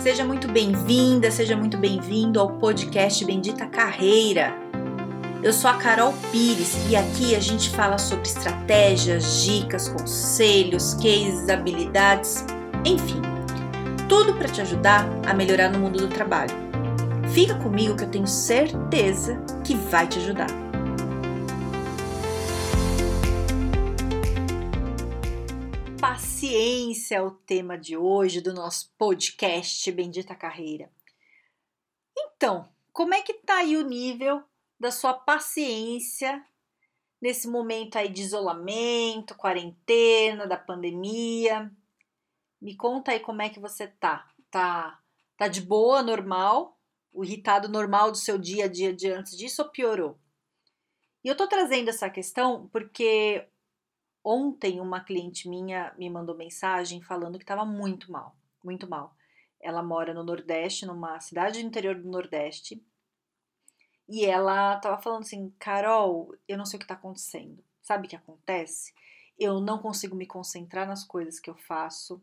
Seja muito bem-vinda, seja muito bem-vindo ao podcast Bendita Carreira. Eu sou a Carol Pires e aqui a gente fala sobre estratégias, dicas, conselhos, cases, habilidades, enfim, tudo para te ajudar a melhorar no mundo do trabalho. Fica comigo que eu tenho certeza que vai te ajudar. Paciência é o tema de hoje do nosso podcast Bendita Carreira. Então, como é que tá aí o nível da sua paciência nesse momento aí de isolamento, quarentena, da pandemia? Me conta aí como é que você tá. Tá de boa, normal? O irritado normal do seu dia a dia de antes disso ou piorou? E eu tô trazendo essa questão porque ontem uma cliente minha me mandou mensagem falando que estava muito mal, muito mal. Ela mora no Nordeste, numa cidade do interior do Nordeste, e ela estava falando assim, Carol, eu não sei o que está acontecendo. Sabe o que acontece? Eu não consigo me concentrar nas coisas que eu faço.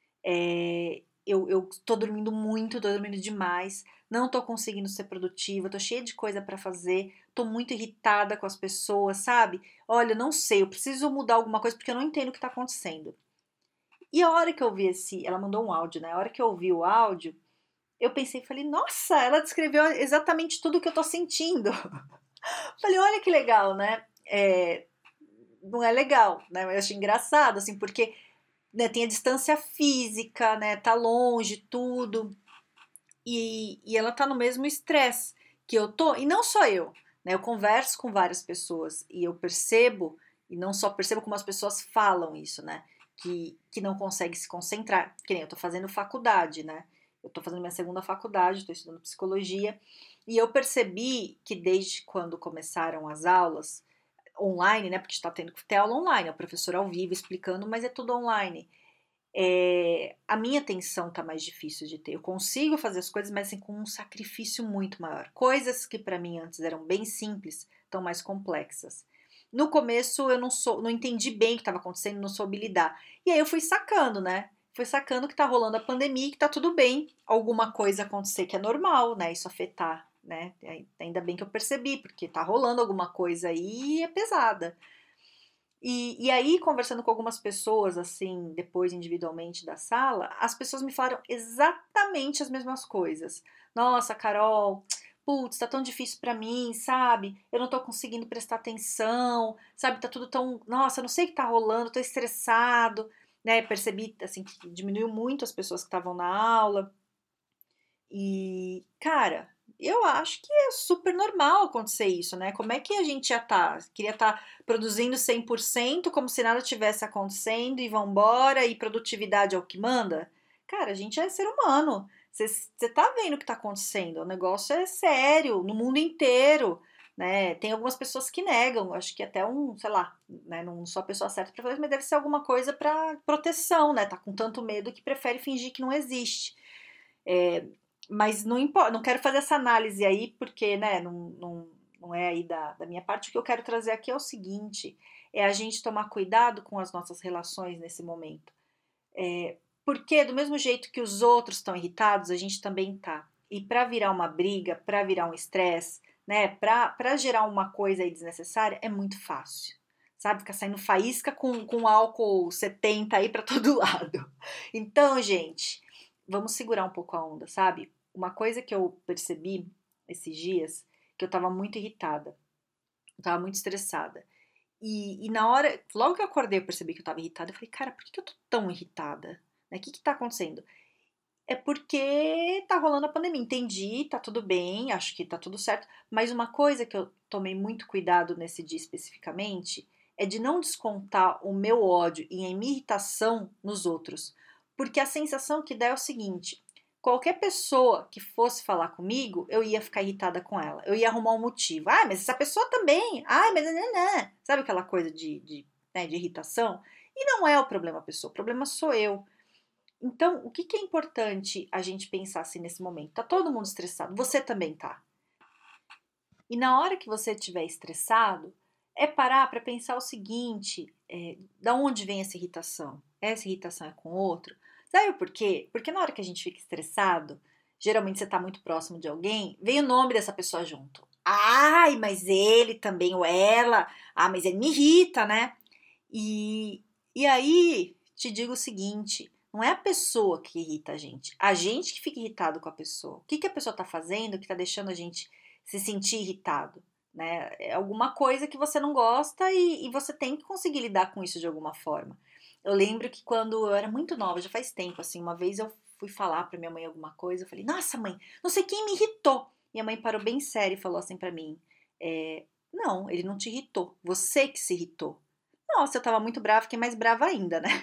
Eu tô dormindo muito, tô dormindo demais, não tô conseguindo ser produtiva, tô cheia de coisa pra fazer, tô muito irritada com as pessoas, sabe? Olha, eu não sei, eu preciso mudar alguma coisa porque eu não entendo o que tá acontecendo. E a hora que eu vi ela mandou um áudio, né? A hora que eu ouvi o áudio, eu pensei, falei, nossa, ela descreveu exatamente tudo o que eu tô sentindo. Falei, olha que legal, né? Não é legal, né? Eu achei engraçado, assim, porque né, tem a distância física, né, tá longe, tudo, e ela tá no mesmo estresse que eu tô, e não só eu, né, eu converso com várias pessoas, e eu percebo, e não só percebo como as pessoas falam isso, né, que não consegue se concentrar, que nem eu tô fazendo faculdade, né, eu tô fazendo minha segunda faculdade, tô estudando psicologia, e eu percebi que desde quando começaram as aulas, online, né? Porque está tendo que ter aula online, é o professor ao vivo explicando, mas é tudo online. A minha atenção tá mais difícil de ter. Eu consigo fazer as coisas, mas assim, com um sacrifício muito maior. Coisas que para mim antes eram bem simples, estão mais complexas. No começo eu não entendi bem o que estava acontecendo, não soube lidar. E aí eu fui sacando, né? Fui sacando que tá rolando a pandemia e que tá tudo bem alguma coisa acontecer que é normal, né? Isso afetar, né? Ainda bem que eu percebi, porque tá rolando alguma coisa aí e é pesada. E aí, conversando com algumas pessoas, assim, depois individualmente da sala, as pessoas me falaram exatamente as mesmas coisas. Nossa, Carol, putz, tá tão difícil pra mim, sabe? Eu não tô conseguindo prestar atenção, sabe? Tá tudo tão. Nossa, eu não sei o que tá rolando, tô estressado, né? Percebi, assim, que diminuiu muito as pessoas que estavam na aula. E, cara, eu acho que é super normal acontecer isso, né? Como é que a gente já tá? Queria estar produzindo 100% como se nada tivesse acontecendo e vambora, e produtividade é o que manda? Cara, a gente é ser humano. Você tá vendo o que tá acontecendo? O negócio é sério, no mundo inteiro, né? Tem algumas pessoas que negam, acho que até sei lá, né? Não sou a pessoa certa pra falar isso, mas deve ser alguma coisa pra proteção, né? Tá com tanto medo que prefere fingir que não existe. Mas não importa, não quero fazer essa análise aí, porque né, não é aí da minha parte. O que eu quero trazer aqui é o seguinte: é a gente tomar cuidado com as nossas relações nesse momento. Porque do mesmo jeito que os outros estão irritados, a gente também tá. E para virar uma briga, para virar um estresse, né, para gerar uma coisa aí desnecessária, é muito fácil. Sabe, ficar saindo faísca com álcool 70 aí para todo lado. Então, gente, vamos segurar um pouco a onda, sabe? Uma coisa que eu percebi esses dias, que eu tava muito irritada, eu tava muito estressada. E na hora, logo que eu acordei, eu percebi que eu tava irritada. Eu falei, cara, por que eu tô tão irritada? Né? O que tá acontecendo? É porque tá rolando a pandemia. Entendi, tá tudo bem, acho que tá tudo certo. Mas uma coisa que eu tomei muito cuidado nesse dia especificamente é de não descontar o meu ódio e a minha irritação nos outros. Porque a sensação que dá é o seguinte: qualquer pessoa que fosse falar comigo, eu ia ficar irritada com ela. Eu ia arrumar um motivo. Ah, mas essa pessoa também. Ah, mas não. Sabe aquela coisa né, de irritação? E não é o problema a pessoa, o problema sou eu. Então, o que é importante a gente pensar assim nesse momento? Tá todo mundo estressado, você também tá. E na hora que você estiver estressado, é parar para pensar o seguinte: da onde vem essa irritação? Essa irritação é com o outro? Sabe por quê? Porque na hora que a gente fica estressado, geralmente você tá muito próximo de alguém, vem o nome dessa pessoa junto. Ai, mas ele também, ou ela. Ah, mas ele me irrita, né? E aí, te digo o seguinte, não é a pessoa que irrita a gente que fica irritado com a pessoa. O que que a pessoa tá fazendo que tá deixando a gente se sentir irritado, né? É alguma coisa que você não gosta e você tem que conseguir lidar com isso de alguma forma. Eu lembro que quando eu era muito nova, já faz tempo, assim, uma vez eu fui falar pra minha mãe alguma coisa, eu falei, nossa mãe, não sei quem me irritou. Minha mãe parou bem séria e falou assim pra mim, não, ele não te irritou, você que se irritou. Nossa, eu tava muito brava, fiquei mais brava ainda, né?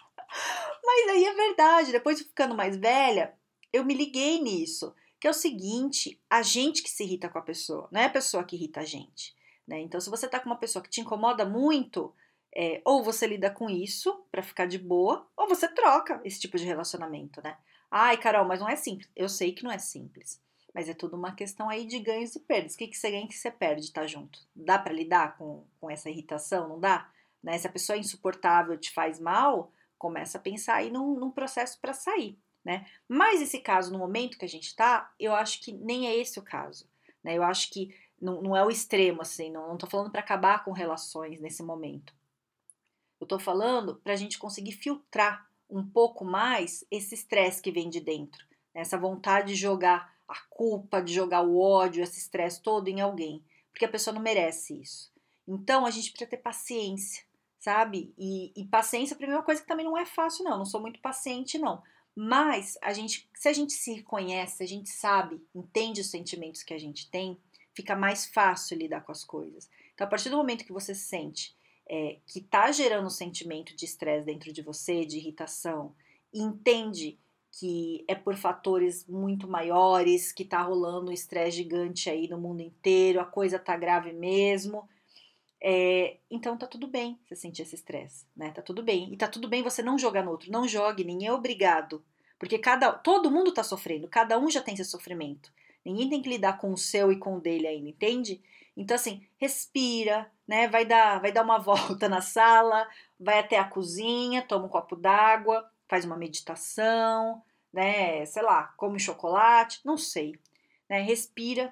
Mas aí é verdade, depois de ficando mais velha, eu me liguei nisso, que é o seguinte, a gente que se irrita com a pessoa, não é a pessoa que irrita a gente, né? Então, se você tá com uma pessoa que te incomoda muito, ou você lida com isso pra ficar de boa, ou você troca esse tipo de relacionamento, né? Ai, Carol, mas não é simples. Eu sei que não é simples, mas é tudo uma questão aí de ganhos e perdas. O que que você ganha e o que você perde tá junto? Dá pra lidar com essa irritação? Não dá? Né? Se a pessoa é insuportável, te faz mal, começa a pensar aí num processo para sair, né? Mas esse caso, no momento que a gente tá, eu acho que nem é esse o caso, né? Eu acho que não é o extremo, assim, não tô falando para acabar com relações nesse momento. Eu tô falando para a gente conseguir filtrar um pouco mais esse estresse que vem de dentro, né? Essa vontade de jogar a culpa, de jogar o ódio, esse estresse todo em alguém, porque a pessoa não merece isso. Então a gente precisa ter paciência, sabe? E paciência para mim é uma coisa que também não é fácil, não. Eu não sou muito paciente, não. Mas se a gente se reconhece, se a gente sabe, entende os sentimentos que a gente tem, fica mais fácil lidar com as coisas. Então, a partir do momento que você se sente que está gerando um sentimento de estresse dentro de você, de irritação, e entende que é por fatores muito maiores, que tá rolando um estresse gigante aí no mundo inteiro, a coisa tá grave mesmo. Então tá tudo bem você sentir esse estresse, né? Tá tudo bem. E tá tudo bem você não jogar no outro. Não jogue, ninguém é obrigado. Porque todo mundo tá sofrendo, cada um já tem seu sofrimento. Ninguém tem que lidar com o seu e com o dele ainda, entende? Então, assim, respira, né? Vai dar uma volta na sala, vai até a cozinha, toma um copo d'água, faz uma meditação, né? Sei lá, come chocolate, não sei. Né? Respira,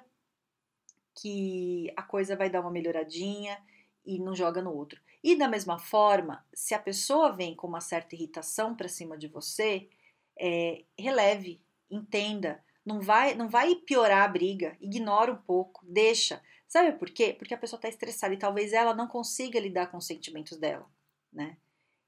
que a coisa vai dar uma melhoradinha e não joga no outro. E da mesma forma, se a pessoa vem com uma certa irritação para cima de você, releve, entenda, não vai piorar a briga, ignora um pouco, deixa. Sabe por quê? Porque a pessoa está estressada e talvez ela não consiga lidar com os sentimentos dela, né?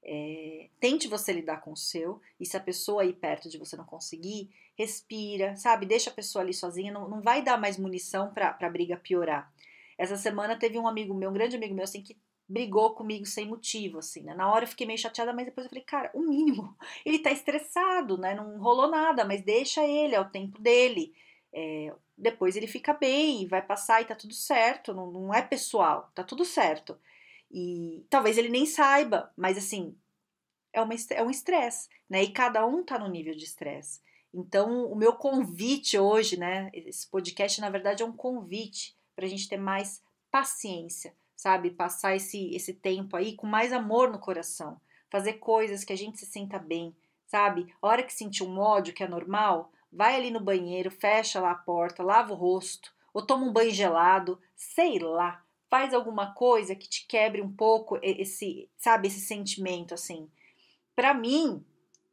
Tente você lidar com o seu, e se a pessoa aí perto de você não conseguir, respira, sabe? Deixa a pessoa ali sozinha, não vai dar mais munição pra briga piorar. Essa semana teve um amigo meu, um grande amigo meu, assim, que brigou comigo sem motivo, assim, né? Na hora eu fiquei meio chateada, mas depois eu falei, cara, o mínimo, ele tá estressado, né? Não rolou nada, mas deixa ele, é o tempo dele. Depois ele fica bem, vai passar e tá tudo certo, não é pessoal, tá tudo certo. E talvez ele nem saiba, mas assim, é um estresse, né? E cada um tá no nível de estresse. Então, o meu convite hoje, né? Esse podcast, na verdade, é um convite para a gente ter mais paciência, sabe? Passar esse tempo aí com mais amor no coração. Fazer coisas que a gente se sinta bem, sabe? A hora que sentir um ódio, que é normal, vai ali no banheiro, fecha lá a porta, lava o rosto, ou toma um banho gelado, sei lá. Faz alguma coisa que te quebre um pouco sabe, esse sentimento, assim. Para mim,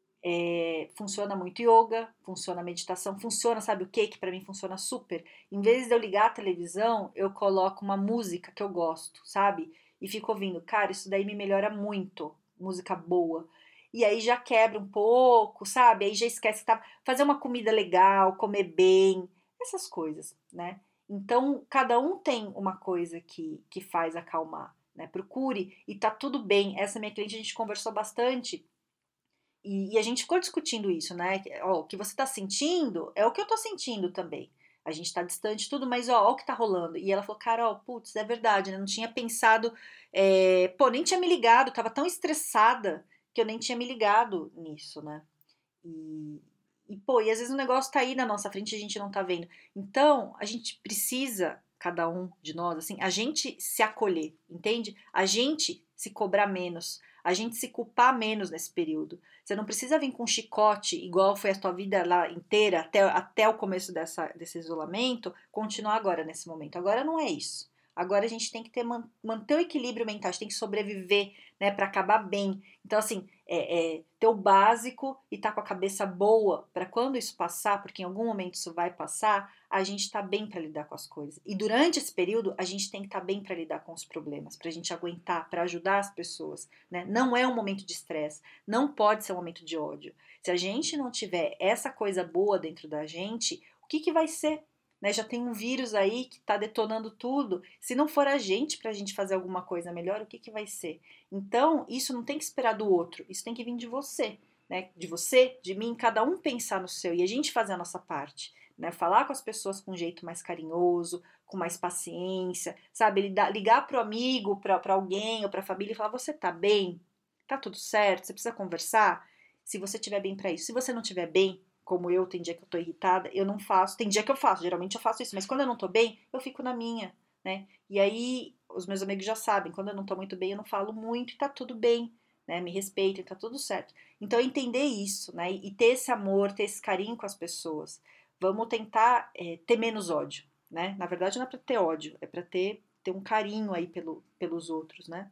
funciona muito yoga, funciona meditação, funciona, sabe o que para mim funciona super? Em vez de eu ligar a televisão, eu coloco uma música que eu gosto, sabe? E fico ouvindo. Cara, isso daí me melhora muito, música boa. E aí já quebra um pouco, sabe? Aí já esquece que tá. Fazer uma comida legal, comer bem, essas coisas, né? Então, cada um tem uma coisa que faz acalmar, né? Procure e tá tudo bem. Essa minha cliente, a gente conversou bastante e a gente ficou discutindo isso, né? Ó, o que você tá sentindo é o que eu tô sentindo também. A gente tá distante de tudo, mas ó, o que tá rolando. E ela falou, Carol, putz, é verdade, né? Não tinha pensado, pô, nem tinha me ligado, tava tão estressada que eu nem tinha me ligado nisso, né? E, pô, e às vezes o negócio tá aí na nossa frente e a gente não tá vendo. Então, a gente precisa, cada um de nós, assim, a gente se acolher, entende? A gente se cobrar menos, a gente se culpar menos nesse período. Você não precisa vir com um chicote, igual foi a tua vida lá inteira, até o começo desse isolamento, continuar agora nesse momento. Agora não é isso. Agora a gente tem que manter o equilíbrio mental, a gente tem que sobreviver, né, para acabar bem. Então, assim, ter o básico e estar com a cabeça boa para quando isso passar, porque em algum momento isso vai passar, a gente está bem para lidar com as coisas. E durante esse período, a gente tem que estar bem para lidar com os problemas, para a gente aguentar, para ajudar as pessoas, né? Não é um momento de estresse, não pode ser um momento de ódio. Se a gente não tiver essa coisa boa dentro da gente, o que vai ser? Né, já tem um vírus aí que está detonando tudo. Se não for a gente para a gente fazer alguma coisa melhor, o que vai ser? Então, isso não tem que esperar do outro, isso tem que vir de você, né? De você, de mim, cada um pensar no seu e a gente fazer a nossa parte, né? Falar com as pessoas com um jeito mais carinhoso, com mais paciência, sabe? Ligar para o amigo, para alguém ou para a família e falar: você tá bem? Tá tudo certo? Você precisa conversar? Se você estiver bem para isso. Se você não estiver bem, como eu, tem dia que eu tô irritada, eu não faço. Tem dia que eu faço, geralmente eu faço isso, mas quando eu não tô bem, eu fico na minha, né? E aí, os meus amigos já sabem, quando eu não tô muito bem, eu não falo muito e tá tudo bem, né? Me respeitem, tá tudo certo. Então, entender isso, né? E ter esse amor, ter esse carinho com as pessoas. Vamos tentar ter menos ódio, né? Na verdade, não é pra ter ódio, é pra ter um carinho aí pelos outros, né?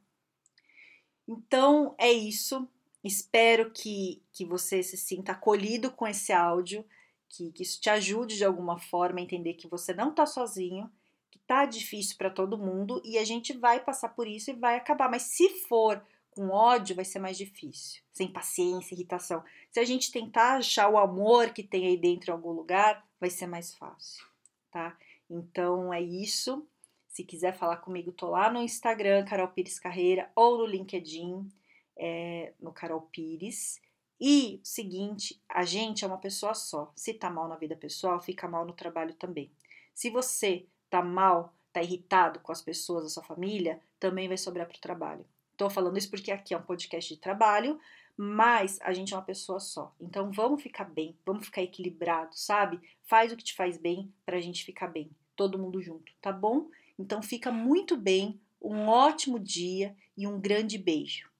Então é isso. Espero que você se sinta acolhido com esse áudio, que isso te ajude de alguma forma a entender que você não está sozinho, que tá difícil para todo mundo e a gente vai passar por isso e vai acabar. Mas se for com ódio, vai ser mais difícil, sem paciência, irritação. Se a gente tentar achar o amor que tem aí dentro em algum lugar, vai ser mais fácil, tá? Então é isso. Se quiser falar comigo, tô lá no Instagram, Carol Pires Carreira, ou no LinkedIn, no Carol Pires. E seguinte, a gente é uma pessoa só. Se tá mal na vida pessoal, fica mal no trabalho também. Se você tá mal, tá irritado com as pessoas da sua família, também vai sobrar pro trabalho. Tô falando isso porque aqui é um podcast de trabalho, mas a gente é uma pessoa só. Então vamos ficar bem, vamos ficar equilibrado, sabe? Faz o que te faz bem pra gente ficar bem. Todo mundo junto, tá bom? Então fica muito bem, um ótimo dia e um grande beijo.